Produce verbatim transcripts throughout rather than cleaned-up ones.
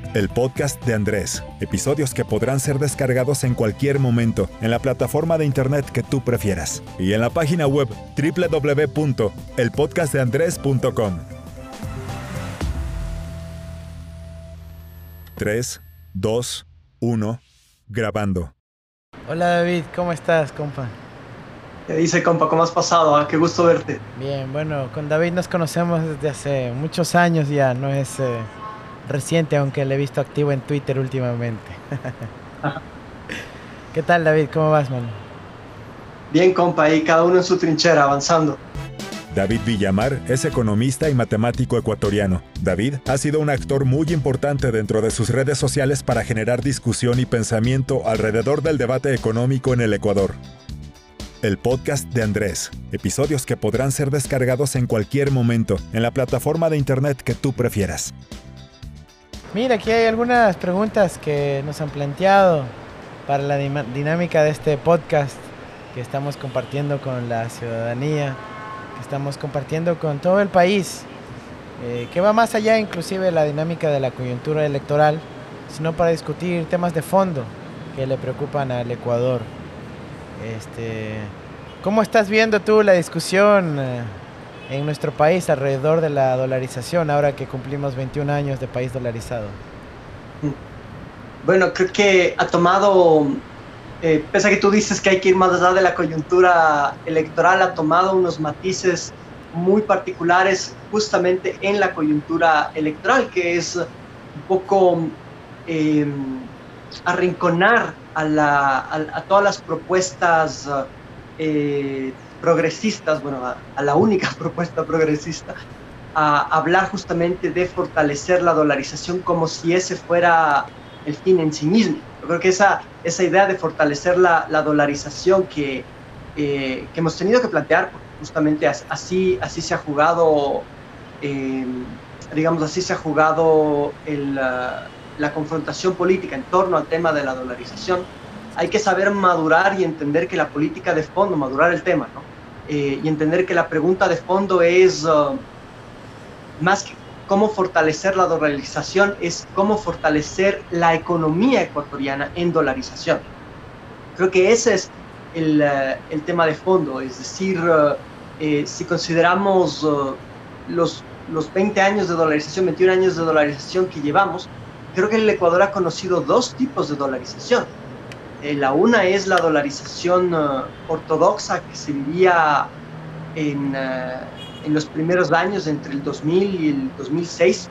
El podcast de Andrés. Episodios que podrán ser descargados en cualquier momento en la plataforma de internet que tú prefieras y en la página web doble u doble u doble u punto el podcast de andrés punto com. tres, dos, uno, grabando. Hola David, ¿cómo estás, compa? ¿Qué dice, compa? ¿Cómo has pasado? Ah, qué gusto verte. Bien, bueno, con David nos conocemos desde hace muchos años ya, no es eh, reciente, aunque le he visto activo en Twitter últimamente. ¿Qué tal, David? ¿Cómo vas, man? Bien, compa, ahí cada uno en su trinchera, avanzando. David Villamar es economista y matemático ecuatoriano. David ha sido un actor muy importante dentro de sus redes sociales para generar discusión y pensamiento alrededor del debate económico en el Ecuador. El podcast de Andrés. Episodios que podrán ser descargados en cualquier momento en la plataforma de internet que tú prefieras. Mira, aquí hay algunas preguntas que nos han planteado para la dinámica de este podcast que estamos compartiendo con la ciudadanía, que estamos compartiendo con todo el país, eh, que va más allá inclusive de la dinámica de la coyuntura electoral, sino para discutir temas de fondo que le preocupan al Ecuador. Este, ¿Cómo estás viendo tú la discusión eh, en nuestro país alrededor de la dolarización ahora que cumplimos veintiún años de país dolarizado? Bueno, creo que ha tomado, eh, pese a que tú dices que hay que ir más allá de la coyuntura electoral, ha tomado unos matices muy particulares justamente en la coyuntura electoral, que es un poco eh, arrinconar a, la, a, a todas las propuestas eh, progresistas, bueno, a, a la única propuesta progresista, a hablar justamente de fortalecer la dolarización como si ese fuera el fin en sí mismo. Yo creo que esa, esa idea de fortalecer la, la dolarización que, eh, que hemos tenido que plantear, justamente así, así se ha jugado, eh, digamos, así se ha jugado el... Uh, la confrontación política en torno al tema de la dolarización. Hay que saber madurar y entender que la política de fondo, madurar el tema, ¿no? Eh, y entender que la pregunta de fondo es uh, más que cómo fortalecer la dolarización, es cómo fortalecer la economía ecuatoriana en dolarización. Creo que ese es el, uh, el tema de fondo, es decir, uh, eh, si consideramos uh, los, los veinte años de dolarización, veintiún años de dolarización que llevamos, creo que el Ecuador ha conocido dos tipos de dolarización. Eh, la una es la dolarización uh, ortodoxa que se vivía en, uh, en los primeros años, entre el dos mil y el dos mil seis,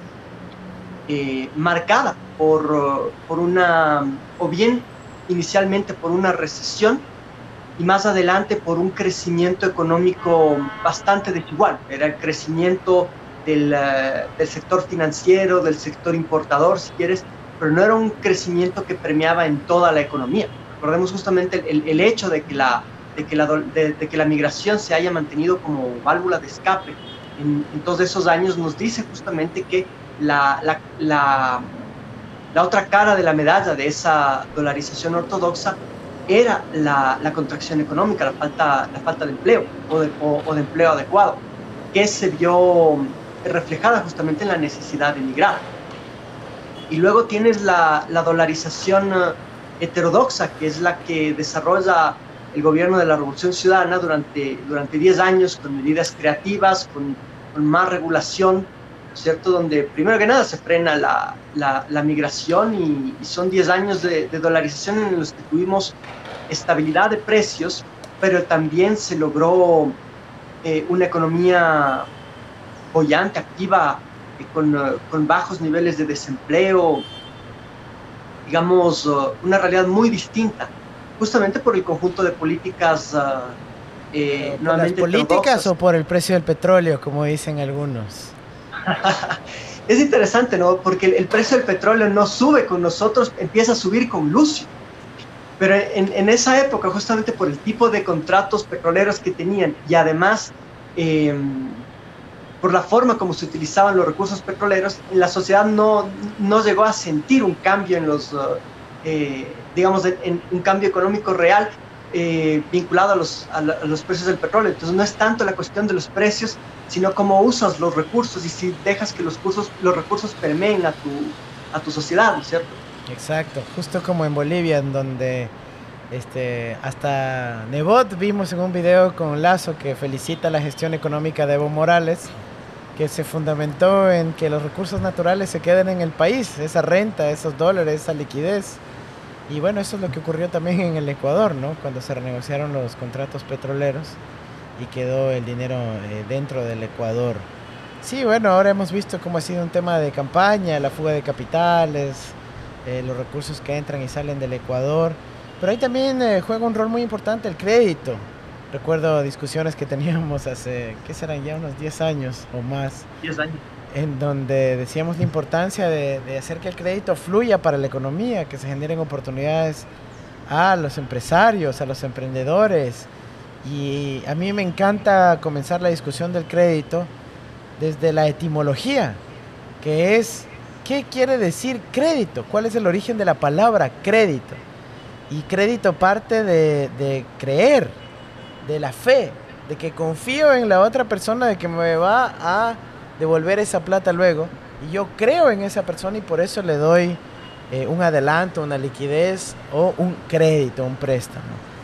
eh, marcada por, uh, por una, o bien inicialmente por una recesión y más adelante por un crecimiento económico bastante desigual. Era el crecimiento Del, uh, del sector financiero, del sector importador, si quieres, pero no era un crecimiento que premiaba en toda la economía. Recordemos justamente el, el hecho de que, la, de, que la, de, de que la migración se haya mantenido como válvula de escape en, en todos esos años nos dice justamente que la, la, la, la otra cara de la medalla de esa dolarización ortodoxa era la, la contracción económica, la falta, la falta de empleo o de, o, o de empleo adecuado, que se vio reflejada justamente en la necesidad de migrar. Y luego tienes la, la dolarización uh, heterodoxa, que es la que desarrolla el gobierno de la Revolución Ciudadana durante, durante diez años, con medidas creativas, con, con más regulación, ¿cierto? Donde primero que nada se frena la, la, la migración y, y son diez años de, de dolarización en los que tuvimos estabilidad de precios, pero también se logró eh, una economía bollante, activa, eh, con, uh, con bajos niveles de desempleo, digamos, uh, una realidad muy distinta, justamente por el conjunto de políticas uh, eh, ¿Por las políticas ortodoxas. O por el precio del petróleo, como dicen algunos? Es interesante, ¿no? Porque el, el precio del petróleo no sube con nosotros, empieza a subir con Lucio. Pero en, en esa época, justamente por el tipo de contratos petroleros que tenían y además eh, por la forma como se utilizaban los recursos petroleros, la sociedad no, no llegó a sentir un cambio en los, uh, eh, digamos, en, en un cambio económico real eh, vinculado a los, a, la, a los precios del petróleo. Entonces no es tanto la cuestión de los precios, sino cómo usas los recursos y si dejas que los, cursos, los recursos permeen a tu, a tu sociedad, ¿no es cierto? Exacto, justo como en Bolivia, en donde este, hasta Nebot vimos en un video con Lazo que felicita la gestión económica de Evo Morales, que se fundamentó en que los recursos naturales se queden en el país, esa renta, esos dólares, esa liquidez. Y bueno, eso es lo que ocurrió también en el Ecuador, ¿no? Cuando se renegociaron los contratos petroleros y quedó el dinero eh, dentro del Ecuador. Sí, bueno, ahora hemos visto cómo ha sido un tema de campaña, la fuga de capitales, eh, los recursos que entran y salen del Ecuador. Pero ahí también eh, juega un rol muy importante el crédito. Recuerdo discusiones que teníamos hace, ¿qué serán ya? Unos diez años o más. diez años. En donde decíamos la importancia de, de hacer que el crédito fluya para la economía, que se generen oportunidades a los empresarios, a los emprendedores. Y a mí me encanta comenzar la discusión del crédito desde la etimología, que es, ¿qué quiere decir crédito? ¿Cuál es el origen de la palabra crédito? Y crédito parte de, de creer, de la fe, de que confío en la otra persona de que me va a devolver esa plata luego. Y yo creo en esa persona y por eso le doy eh, un adelanto, una liquidez o un crédito, un préstamo.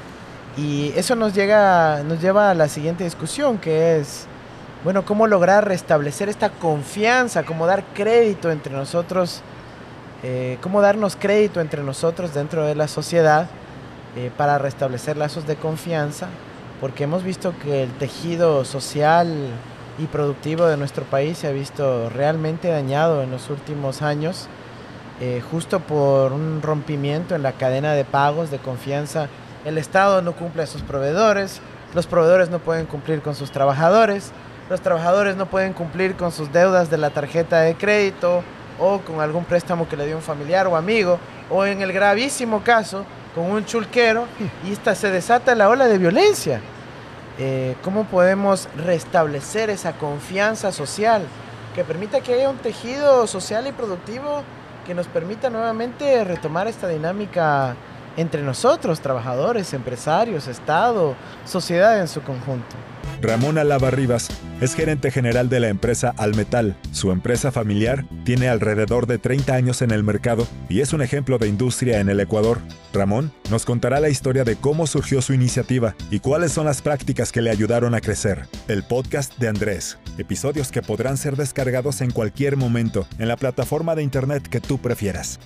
Y eso nos, llega, nos lleva a la siguiente discusión, que es, bueno, cómo lograr restablecer esta confianza, cómo dar crédito entre nosotros, eh, cómo darnos crédito entre nosotros dentro de la sociedad eh, para restablecer lazos de confianza, porque hemos visto que el tejido social y productivo de nuestro país se ha visto realmente dañado en los últimos años, eh, justo por un rompimiento en la cadena de pagos, de confianza. El Estado no cumple a sus proveedores, los proveedores no pueden cumplir con sus trabajadores, los trabajadores no pueden cumplir con sus deudas de la tarjeta de crédito o con algún préstamo que le dio un familiar o amigo, o en el gravísimo caso, con un chulquero, y esta se desata la ola de violencia. Eh, ¿Cómo podemos restablecer esa confianza social que permita que haya un tejido social y productivo que nos permita nuevamente retomar esta dinámica entre nosotros, trabajadores, empresarios, Estado, sociedad en su conjunto? Ramón Alaba Rivas es gerente general de la empresa Almetal. Su empresa familiar tiene alrededor de treinta años en el mercado y es un ejemplo de industria en el Ecuador. Ramón nos contará la historia de cómo surgió su iniciativa y cuáles son las prácticas que le ayudaron a crecer. El podcast de Andrés. Episodios que podrán ser descargados en cualquier momento en la plataforma de internet que tú prefieras.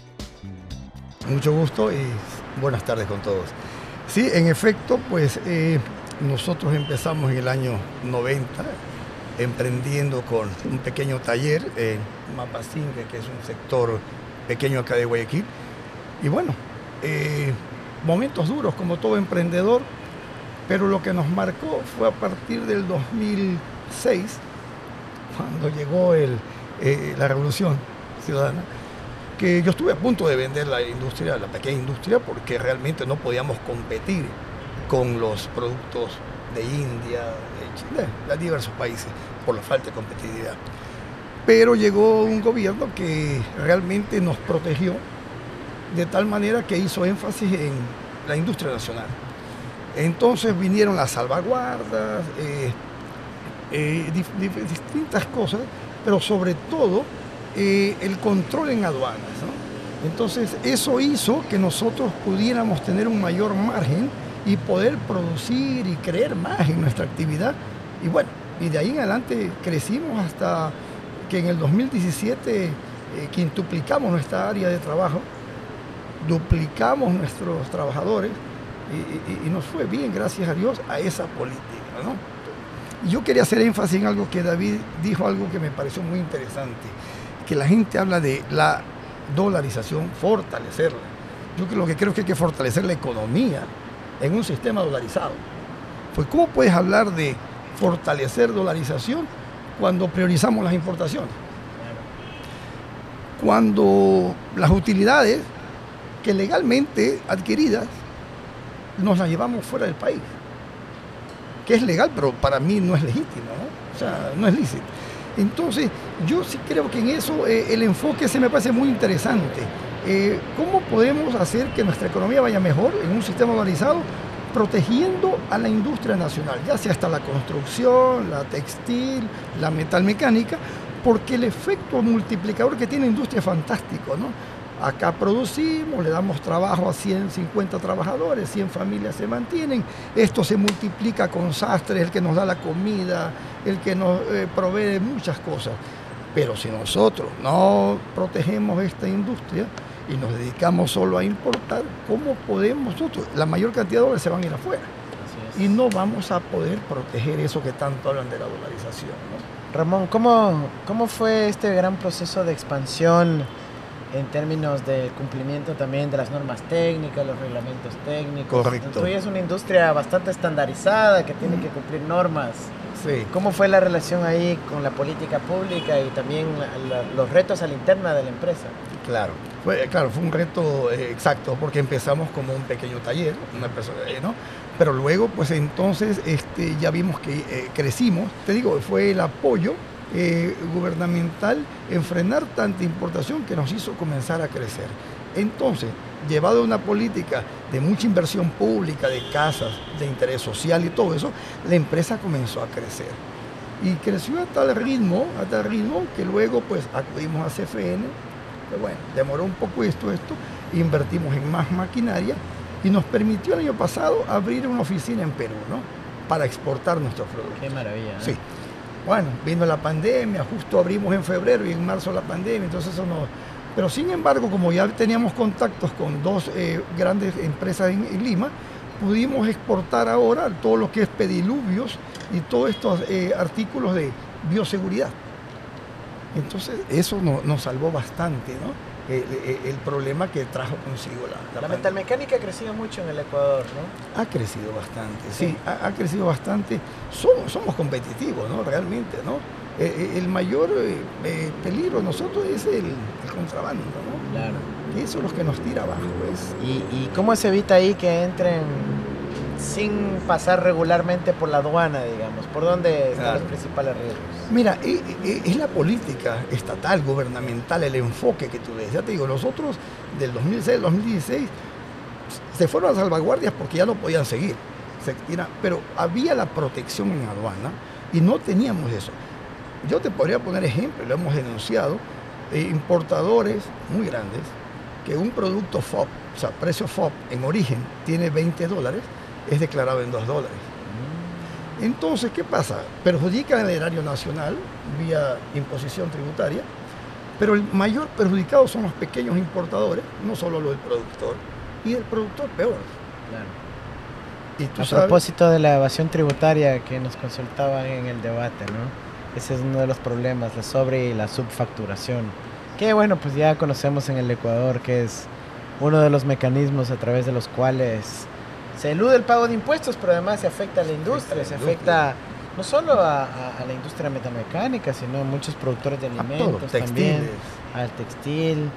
Mucho gusto y buenas tardes con todos. Sí, en efecto, pues eh, nosotros empezamos en el año noventa, emprendiendo con un pequeño taller en Mapasinque, que es un sector pequeño acá de Guayaquil. Y bueno, eh, momentos duros como todo emprendedor, pero lo que nos marcó fue a partir del dos mil seis, cuando llegó el, eh, la Revolución Ciudadana, que yo estuve a punto de vender la industria, la pequeña industria, porque realmente no podíamos competir con los productos de India, de Chile, de diversos países, por la falta de competitividad. Pero llegó un gobierno que realmente nos protegió de tal manera que hizo énfasis en la industria nacional. Entonces vinieron las salvaguardas, eh, eh, dif, dif, distintas cosas, pero sobre todo eh, el control en aduanas, ¿no? Entonces eso hizo que nosotros pudiéramos tener un mayor margen y poder producir y creer más en nuestra actividad. Y bueno, y de ahí en adelante crecimos hasta que en el dos mil diecisiete eh, quintuplicamos nuestra área de trabajo, duplicamos nuestros trabajadores y, y, y nos fue bien, gracias a Dios, a esa política, ¿no? Y yo quería hacer énfasis en algo que David dijo, algo que me pareció muy interesante, que la gente habla de la dolarización, fortalecerla. Yo lo que creo es que hay que fortalecer la economía en un sistema dolarizado. Pues ¿cómo puedes hablar de fortalecer dolarización cuando priorizamos las importaciones? Cuando las utilidades que legalmente adquiridas nos las llevamos fuera del país, que es legal, pero para mí no es legítimo, ¿no? O sea, no es lícito. Entonces, yo sí creo que en eso eh, el enfoque se me parece muy interesante. Eh, ¿Cómo podemos hacer que nuestra economía vaya mejor en un sistema dolarizado, protegiendo a la industria nacional, ya sea hasta la construcción, la textil, la metalmecánica, porque el efecto multiplicador que tiene la industria es fantástico, ¿no? Acá producimos, le damos trabajo a ciento cincuenta trabajadores, cien familias se mantienen, esto se multiplica con sastres, el que nos da la comida, el que nos eh, provee de muchas cosas. Pero si nosotros no protegemos esta industria y nos dedicamos solo a importar, ¿cómo podemos nosotros? La mayor cantidad de dólares se van a ir afuera. Y no vamos a poder proteger eso que tanto hablan de la dolarización, ¿no? Ramón, ¿cómo, ¿cómo fue este gran proceso de expansión en términos del cumplimiento también de las normas técnicas, los reglamentos técnicos? Correcto. Tú es una industria bastante estandarizada que tiene que cumplir normas. Sí. ¿Cómo fue la relación ahí con la política pública y también la, la, los retos a la interna de la empresa? Claro, fue, claro, fue un reto eh, exacto, porque empezamos como un pequeño taller, una persona, eh, ¿no? Pero luego, pues entonces este, ya vimos que eh, crecimos. Te digo, fue el apoyo eh, gubernamental en frenar tanta importación que nos hizo comenzar a crecer. Entonces, llevado a una política de mucha inversión pública, de casas, de interés social y todo eso, la empresa comenzó a crecer. Y creció a tal ritmo, a tal ritmo que luego pues acudimos a C F N, pero bueno, demoró un poco esto, esto, invertimos en más maquinaria y nos permitió el año pasado abrir una oficina en Perú, ¿no? Para exportar nuestros productos. Qué maravilla, ¿no? Sí. Bueno, vino la pandemia, justo abrimos en febrero y en marzo la pandemia, entonces eso no... Pero sin embargo, como ya teníamos contactos con dos eh, grandes empresas en, en Lima, pudimos exportar ahora todo lo que es pediluvios y todos estos eh, artículos de bioseguridad. Entonces eso no, nos salvó bastante, ¿no? El, el, el problema que trajo consigo la... La, la metalmecánica ha crecido mucho en el Ecuador, ¿no? Ha crecido bastante, sí, sí ha, ha crecido bastante. Somos, somos competitivos, ¿no? Realmente, ¿no? Eh, el mayor eh, peligro nosotros es el, el contrabando, ¿no? Claro. Y eso es lo que nos tira abajo. Es... ¿Y, ¿Y cómo se evita ahí que entren sin pasar regularmente por la aduana, digamos? ¿Por dónde están claro. los principales riesgos? Mira, es, es la política estatal, gubernamental, el enfoque que tú ves. Ya te digo, nosotros del dos mil seis al dos mil dieciséis se fueron a salvaguardias porque ya no podían seguir. Se tira, pero había la protección en aduana y no teníamos eso. Yo te podría poner ejemplo, lo hemos denunciado, eh, importadores muy grandes, que un producto F O B, o sea, precio F O B en origen tiene veinte dólares, es declarado en dos dólares. Entonces, ¿qué pasa? Perjudican el erario nacional vía imposición tributaria, pero el mayor perjudicado son los pequeños importadores, no solo lo del productor, y el productor peor. Claro. Y tú A sabes, propósito de la evasión tributaria que nos consultaban en el debate, ¿no? Ese es uno de los problemas, la sobre y la subfacturación. Que bueno, pues ya conocemos en el Ecuador que es uno de los mecanismos a través de los cuales se elude el pago de impuestos, pero además se afecta a la industria, se afecta no solo a, a, a la industria metalmecánica, sino a muchos productores de alimentos también, al textil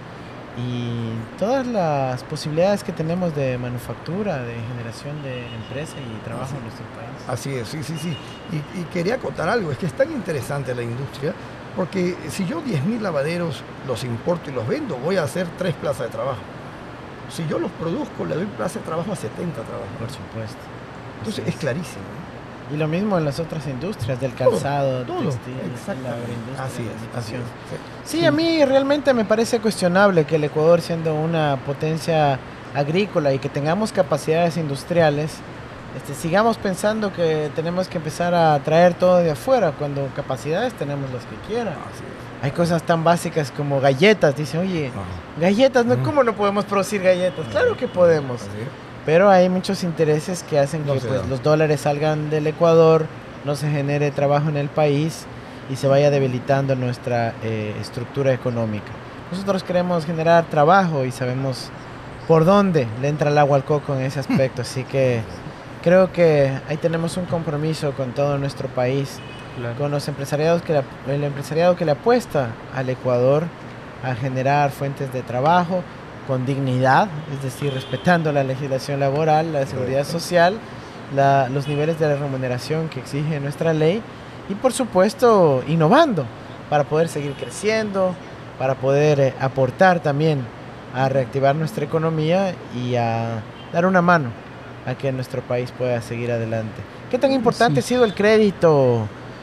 y todas las posibilidades que tenemos de manufactura, de generación de empresa y trabajo así, en nuestro país. Así es, sí, sí, sí. Y, y quería acotar algo, es que es tan interesante la industria, porque si yo diez mil lavaderos los importo y los vendo, voy a hacer tres plazas de trabajo. Si yo los produzco, le doy plaza de trabajo a setenta trabajadores. Por supuesto. Entonces es, es clarísimo. Y lo mismo en las otras industrias, del calzado, todo, textil, todo. la agroindustria. Así es, así es. Sí. sí, a mí realmente me parece cuestionable que el Ecuador, siendo una potencia agrícola y que tengamos capacidades industriales, este, sigamos pensando que tenemos que empezar a traer todo de afuera, cuando capacidades tenemos las que quieran. Así es. Hay cosas tan básicas como galletas. Dicen, oye, Ajá. galletas, ¿no? ¿Cómo no podemos producir galletas? Claro que podemos. Pero hay muchos intereses que hacen que no pues, los dólares salgan del Ecuador, no se genere trabajo en el país y se vaya debilitando nuestra eh, estructura económica. Nosotros queremos generar trabajo y sabemos por dónde le entra el agua al coco en ese aspecto. Así que creo que ahí tenemos un compromiso con todo nuestro país. Claro. Con los empresariados que la, el empresariado que le apuesta al Ecuador a generar fuentes de trabajo con dignidad, es decir, respetando la legislación laboral, la seguridad social, la, los niveles de remuneración que exige nuestra ley y por supuesto innovando para poder seguir creciendo, para poder eh, aportar también a reactivar nuestra economía y a dar una mano a que nuestro país pueda seguir adelante. ¿Qué tan importante sí. ha sido el crédito,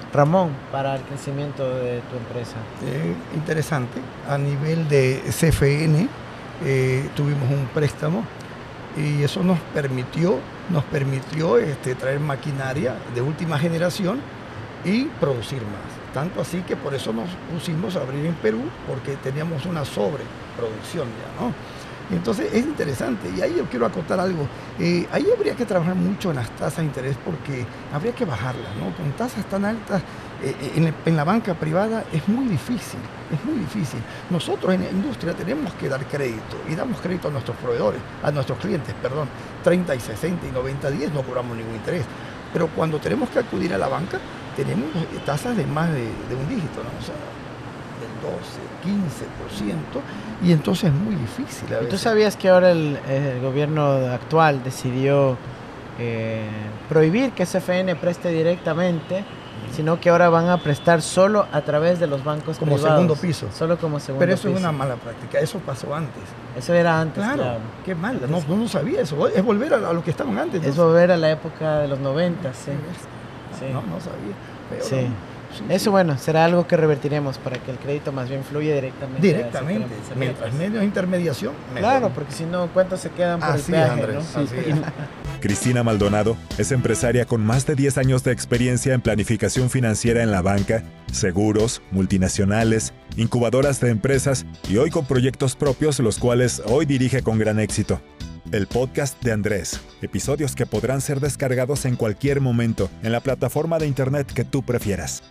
Ramón, para el crecimiento de tu empresa? Eh, interesante. A nivel de C F N eh, tuvimos un préstamo y eso nos permitió, nos permitió este, traer maquinaria de última generación y producir más. Tanto así que por eso nos pusimos a abrir en Perú, porque teníamos una sobreproducción ya, ¿no? Entonces es interesante, y ahí yo quiero acotar algo. Eh, ahí habría que trabajar mucho en las tasas de interés porque habría que bajarlas, ¿no? Con tasas tan altas eh, en, en la banca privada es muy difícil, es muy difícil. Nosotros en la industria tenemos que dar crédito y damos crédito a nuestros proveedores, a nuestros clientes, perdón, treinta y sesenta y noventa días no cobramos ningún interés. Pero cuando tenemos que acudir a la banca, tenemos tasas de más de, de un dígito, ¿no? O sea, del doce, quince por ciento, y entonces es muy difícil a veces. ¿Tú sabías que ahora el, el gobierno actual decidió eh, prohibir que C F N preste directamente, uh-huh. sino que ahora van a prestar solo a través de los bancos como privados? Segundo piso. Solo como segundo Pero eso piso. es una mala práctica, eso pasó antes. Eso era antes, claro. claro. Qué mal, no, no, no sabía eso, es volver a, a lo que estaban antes. Es ¿no? volver a la época de los noventa, sí. sí. No, no sabía. Pero sí. No. Sí, Eso sí. Bueno, será algo que revertiremos para que el crédito más bien fluya directamente. Directamente, mientras menos intermediación, mejor. Claro, porque si no, ¿cuántos se quedan por Así el peaje? Andrés, ¿no? así es. Cristina Maldonado es empresaria con más de diez años de experiencia en planificación financiera en la banca, seguros, multinacionales, incubadoras de empresas y hoy con proyectos propios, los cuales hoy dirige con gran éxito. El podcast de Andrés, episodios que podrán ser descargados en cualquier momento en la plataforma de internet que tú prefieras.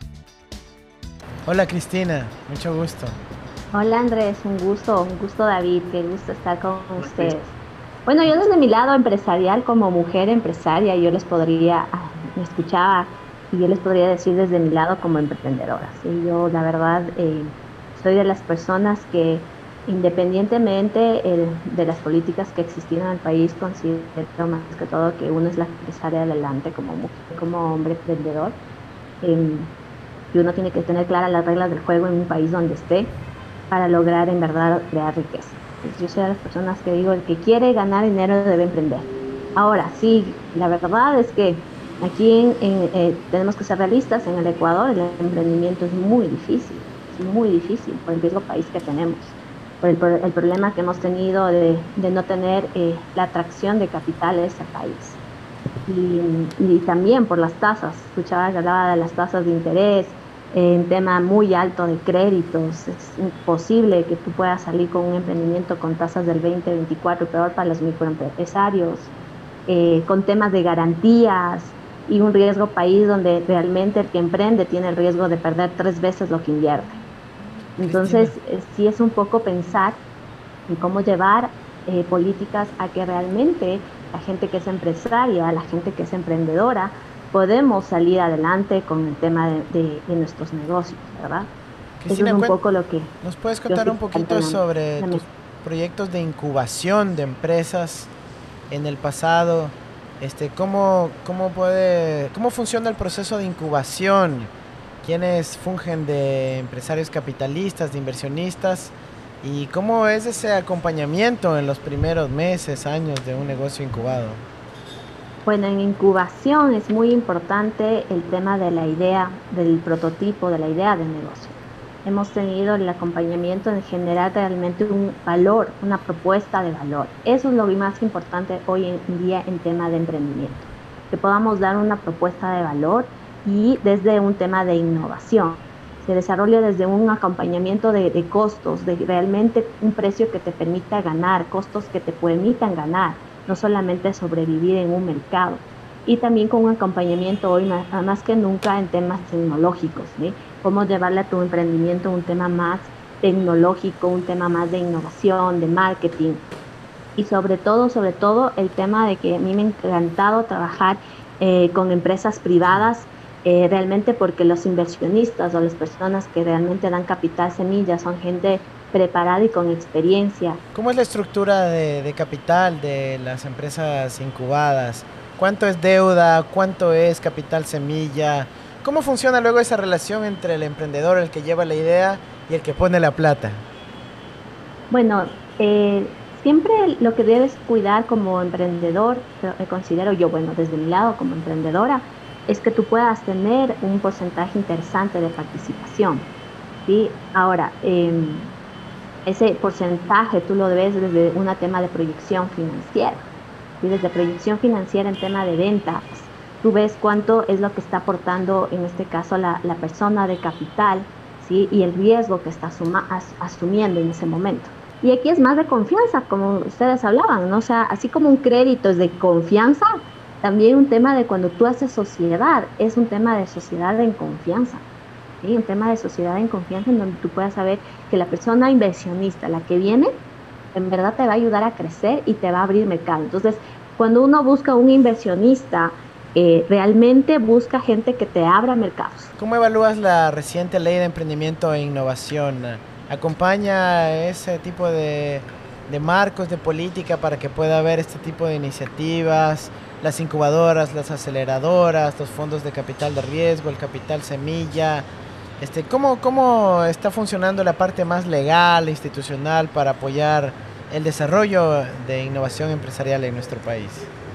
Hola Cristina, mucho gusto. Hola Andrés, un gusto, un gusto David, qué gusto estar con ustedes. Bueno, yo desde mi lado empresarial, como mujer empresaria, yo les podría, me escuchaba y yo les podría decir desde mi lado como emprendedora. ¿sí? Yo la verdad eh, soy de las personas que independientemente eh, de las políticas que existieron en el país, considero más que todo que uno es la que sale adelante como mujer, como hombre emprendedor. Eh, y uno tiene que tener claras las reglas del juego en un país donde esté para lograr en verdad crear riqueza. Entonces, yo soy de las personas que digo, el que quiere ganar dinero debe emprender. Ahora, sí, la verdad es que aquí en, en, eh, tenemos que ser realistas. En el Ecuador el emprendimiento es muy difícil, es muy difícil por el riesgo país que tenemos, por el, por el problema que hemos tenido de, de no tener eh, la atracción de capitales al país. Y, y también por las tasas, escuchaba que hablaba de las tasas de interés, en eh, tema muy alto de créditos, es imposible que tú puedas salir con un emprendimiento con tasas del veinte, veinticuatro, peor para los microempresarios, eh, con temas de garantías y un riesgo país donde realmente el que emprende tiene el riesgo de perder tres veces lo que invierte. Entonces, eh, sí es un poco pensar en cómo llevar eh, políticas a que realmente la gente que es empresaria, la gente que es emprendedora, podemos salir adelante con el tema de, de, de nuestros negocios, ¿verdad? Cristina, eso es un poco lo que... ¿Nos puedes contar un poquito sobre tus proyectos de incubación de empresas en el pasado? Este, ¿cómo, cómo, puede, ¿Cómo funciona el proceso de incubación? ¿Quiénes fungen de empresarios capitalistas, de inversionistas? ¿Y cómo es ese acompañamiento en los primeros meses, años de un negocio incubado? Bueno, en incubación es muy importante el tema de la idea, del prototipo, de la idea de negocio. Hemos tenido el acompañamiento en generar realmente un valor, una propuesta de valor. Eso es lo más importante hoy en día en tema de emprendimiento, que podamos dar una propuesta de valor y desde un tema de innovación. Se desarrolla desde un acompañamiento de, de costos, de realmente un precio que te permita ganar, costos que te permitan ganar, no solamente sobrevivir en un mercado. Y también con un acompañamiento hoy más, más que nunca en temas tecnológicos, ¿sí? Cómo llevarle a tu emprendimiento un tema más tecnológico, un tema más de innovación, de marketing. Y sobre todo, sobre todo, el tema de que a mí me ha encantado trabajar eh, con empresas privadas, eh, realmente porque los inversionistas o las personas que realmente dan capital semilla son gente preparada y con experiencia. ¿Cómo es la estructura de, de capital de las empresas incubadas? ¿Cuánto es deuda? ¿Cuánto es capital semilla? ¿Cómo funciona luego esa relación entre el emprendedor, el que lleva la idea, y el que pone la plata? Bueno, eh, siempre lo que debes cuidar como emprendedor, me considero yo, bueno, desde mi lado como emprendedora, es que tú puedas tener un porcentaje interesante de participación, ¿sí? Ahora, eh, ese porcentaje tú lo ves desde un tema de proyección financiera, ¿sí? Desde proyección financiera en tema de ventas, tú ves cuánto es lo que está aportando en este caso la, la persona de capital, ¿sí? Y el riesgo que está asuma, as, asumiendo en ese momento. Y aquí es más de confianza, como ustedes hablaban, ¿no? O sea, así como un crédito es de confianza, también un tema de cuando tú haces sociedad, es un tema de sociedad en confianza, ¿sí? Un tema de sociedad en confianza en donde tú puedas saber que la persona inversionista, la que viene, en verdad te va a ayudar a crecer y te va a abrir mercado. Entonces, cuando uno busca un inversionista, eh, realmente busca gente que te abra mercados. ¿Cómo evalúas la reciente ley de emprendimiento e innovación? ¿Acompaña ese tipo de, de marcos de política para que pueda haber este tipo de iniciativas, las incubadoras, las aceleradoras, los fondos de capital de riesgo, el capital semilla? Este, ¿cómo, ¿Cómo está funcionando la parte más legal, institucional, para apoyar el desarrollo de innovación empresarial en nuestro país?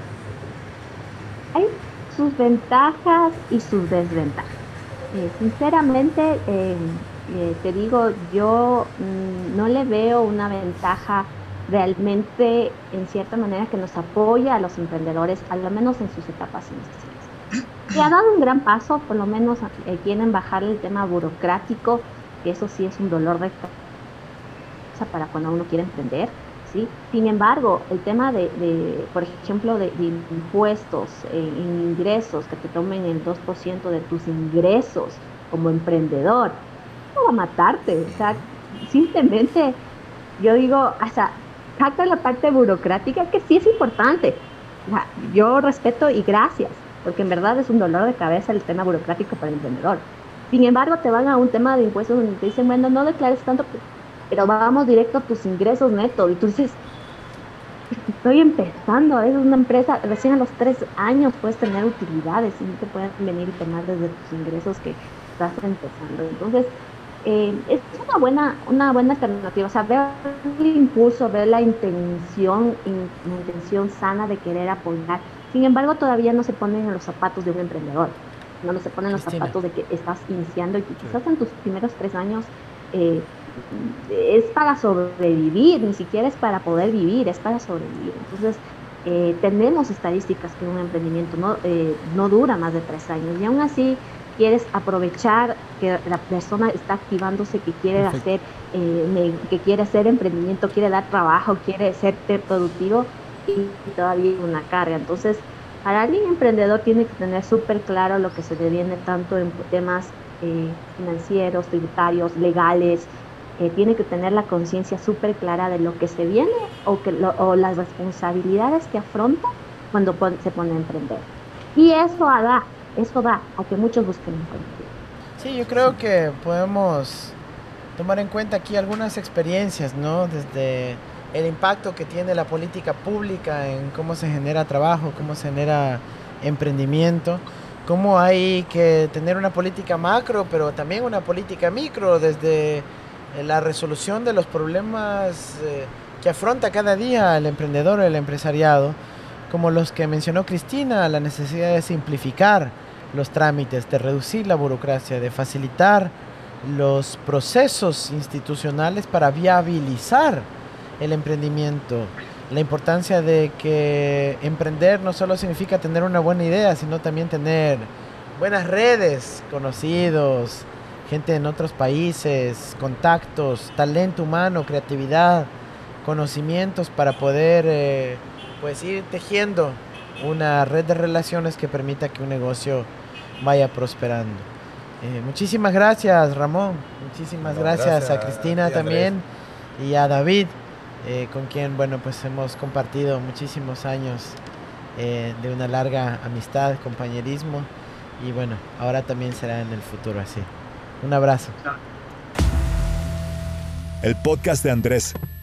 Hay sus ventajas y sus desventajas. Eh, sinceramente, eh, eh, te digo, yo mmm, no le veo una ventaja realmente, en cierta manera, que nos apoya a los emprendedores, al menos en sus etapas iniciales. Y ha dado un gran paso, por lo menos eh, quieren bajar el tema burocrático, que eso sí es un dolor de cabeza para cuando uno quiere emprender, ¿sí? Sin embargo, el tema de, de por ejemplo, de, de impuestos, eh, ingresos, que te tomen el dos por ciento de tus ingresos como emprendedor, no va a matarte. O sea, simplemente, yo digo, hasta saca la parte burocrática, que sí es importante. O sea, yo respeto y gracias, porque en verdad es un dolor de cabeza el tema burocrático para el emprendedor. Sin embargo, te van a un tema de impuestos donde te dicen, bueno, no declares tanto, pero vamos directo a tus ingresos netos. Y tú dices, estoy empezando, es una empresa, recién a los tres años puedes tener utilidades y no te pueden venir y tomar desde tus ingresos que estás empezando. Entonces, eh, es una buena, una buena alternativa. O sea, ver el impulso, ver la intención, in, la intención sana de querer apoyar. Sin embargo, todavía no se ponen en los zapatos de un emprendedor, no se ponen en los Cristina. zapatos de que estás iniciando y que quizás en tus primeros tres años eh, es para sobrevivir, ni siquiera es para poder vivir, es para sobrevivir. Entonces, eh, tenemos estadísticas que un emprendimiento no, eh, no dura más de tres años y aún así quieres aprovechar que la persona está activándose, que quiere Perfecto. hacer eh, que quiere hacer emprendimiento, quiere dar trabajo, quiere ser productivo y todavía hay una carga. Entonces, para alguien emprendedor tiene que tener súper claro lo que se le viene tanto en temas eh, financieros, tributarios, legales. Eh, tiene que tener la conciencia súper clara de lo que se viene o, que lo, o las responsabilidades que afronta cuando pon, se pone a emprender. Y eso da, eso da a que muchos busquen emprender. Sí, yo creo que podemos tomar en cuenta aquí algunas experiencias, ¿no? Desde el impacto que tiene la política pública en cómo se genera trabajo, cómo se genera emprendimiento, cómo hay que tener una política macro, pero también una política micro, desde la resolución de los problemas eh, que afronta cada día el emprendedor, el empresariado, como los que mencionó Cristina, la necesidad de simplificar los trámites, de reducir la burocracia, de facilitar los procesos institucionales para viabilizar el emprendimiento, la importancia de que emprender no solo significa tener una buena idea, sino también tener buenas redes, conocidos, gente en otros países, contactos, talento humano, creatividad, conocimientos para poder eh, pues ir tejiendo una red de relaciones que permita que un negocio vaya prosperando. Eh, muchísimas gracias, Ramón. Muchísimas no, gracias, gracias a Cristina a ti, también y a David, eh, con quien bueno pues hemos compartido muchísimos años eh, de una larga amistad, compañerismo y bueno, ahora también será en el futuro así. Un abrazo. El podcast de Andrés,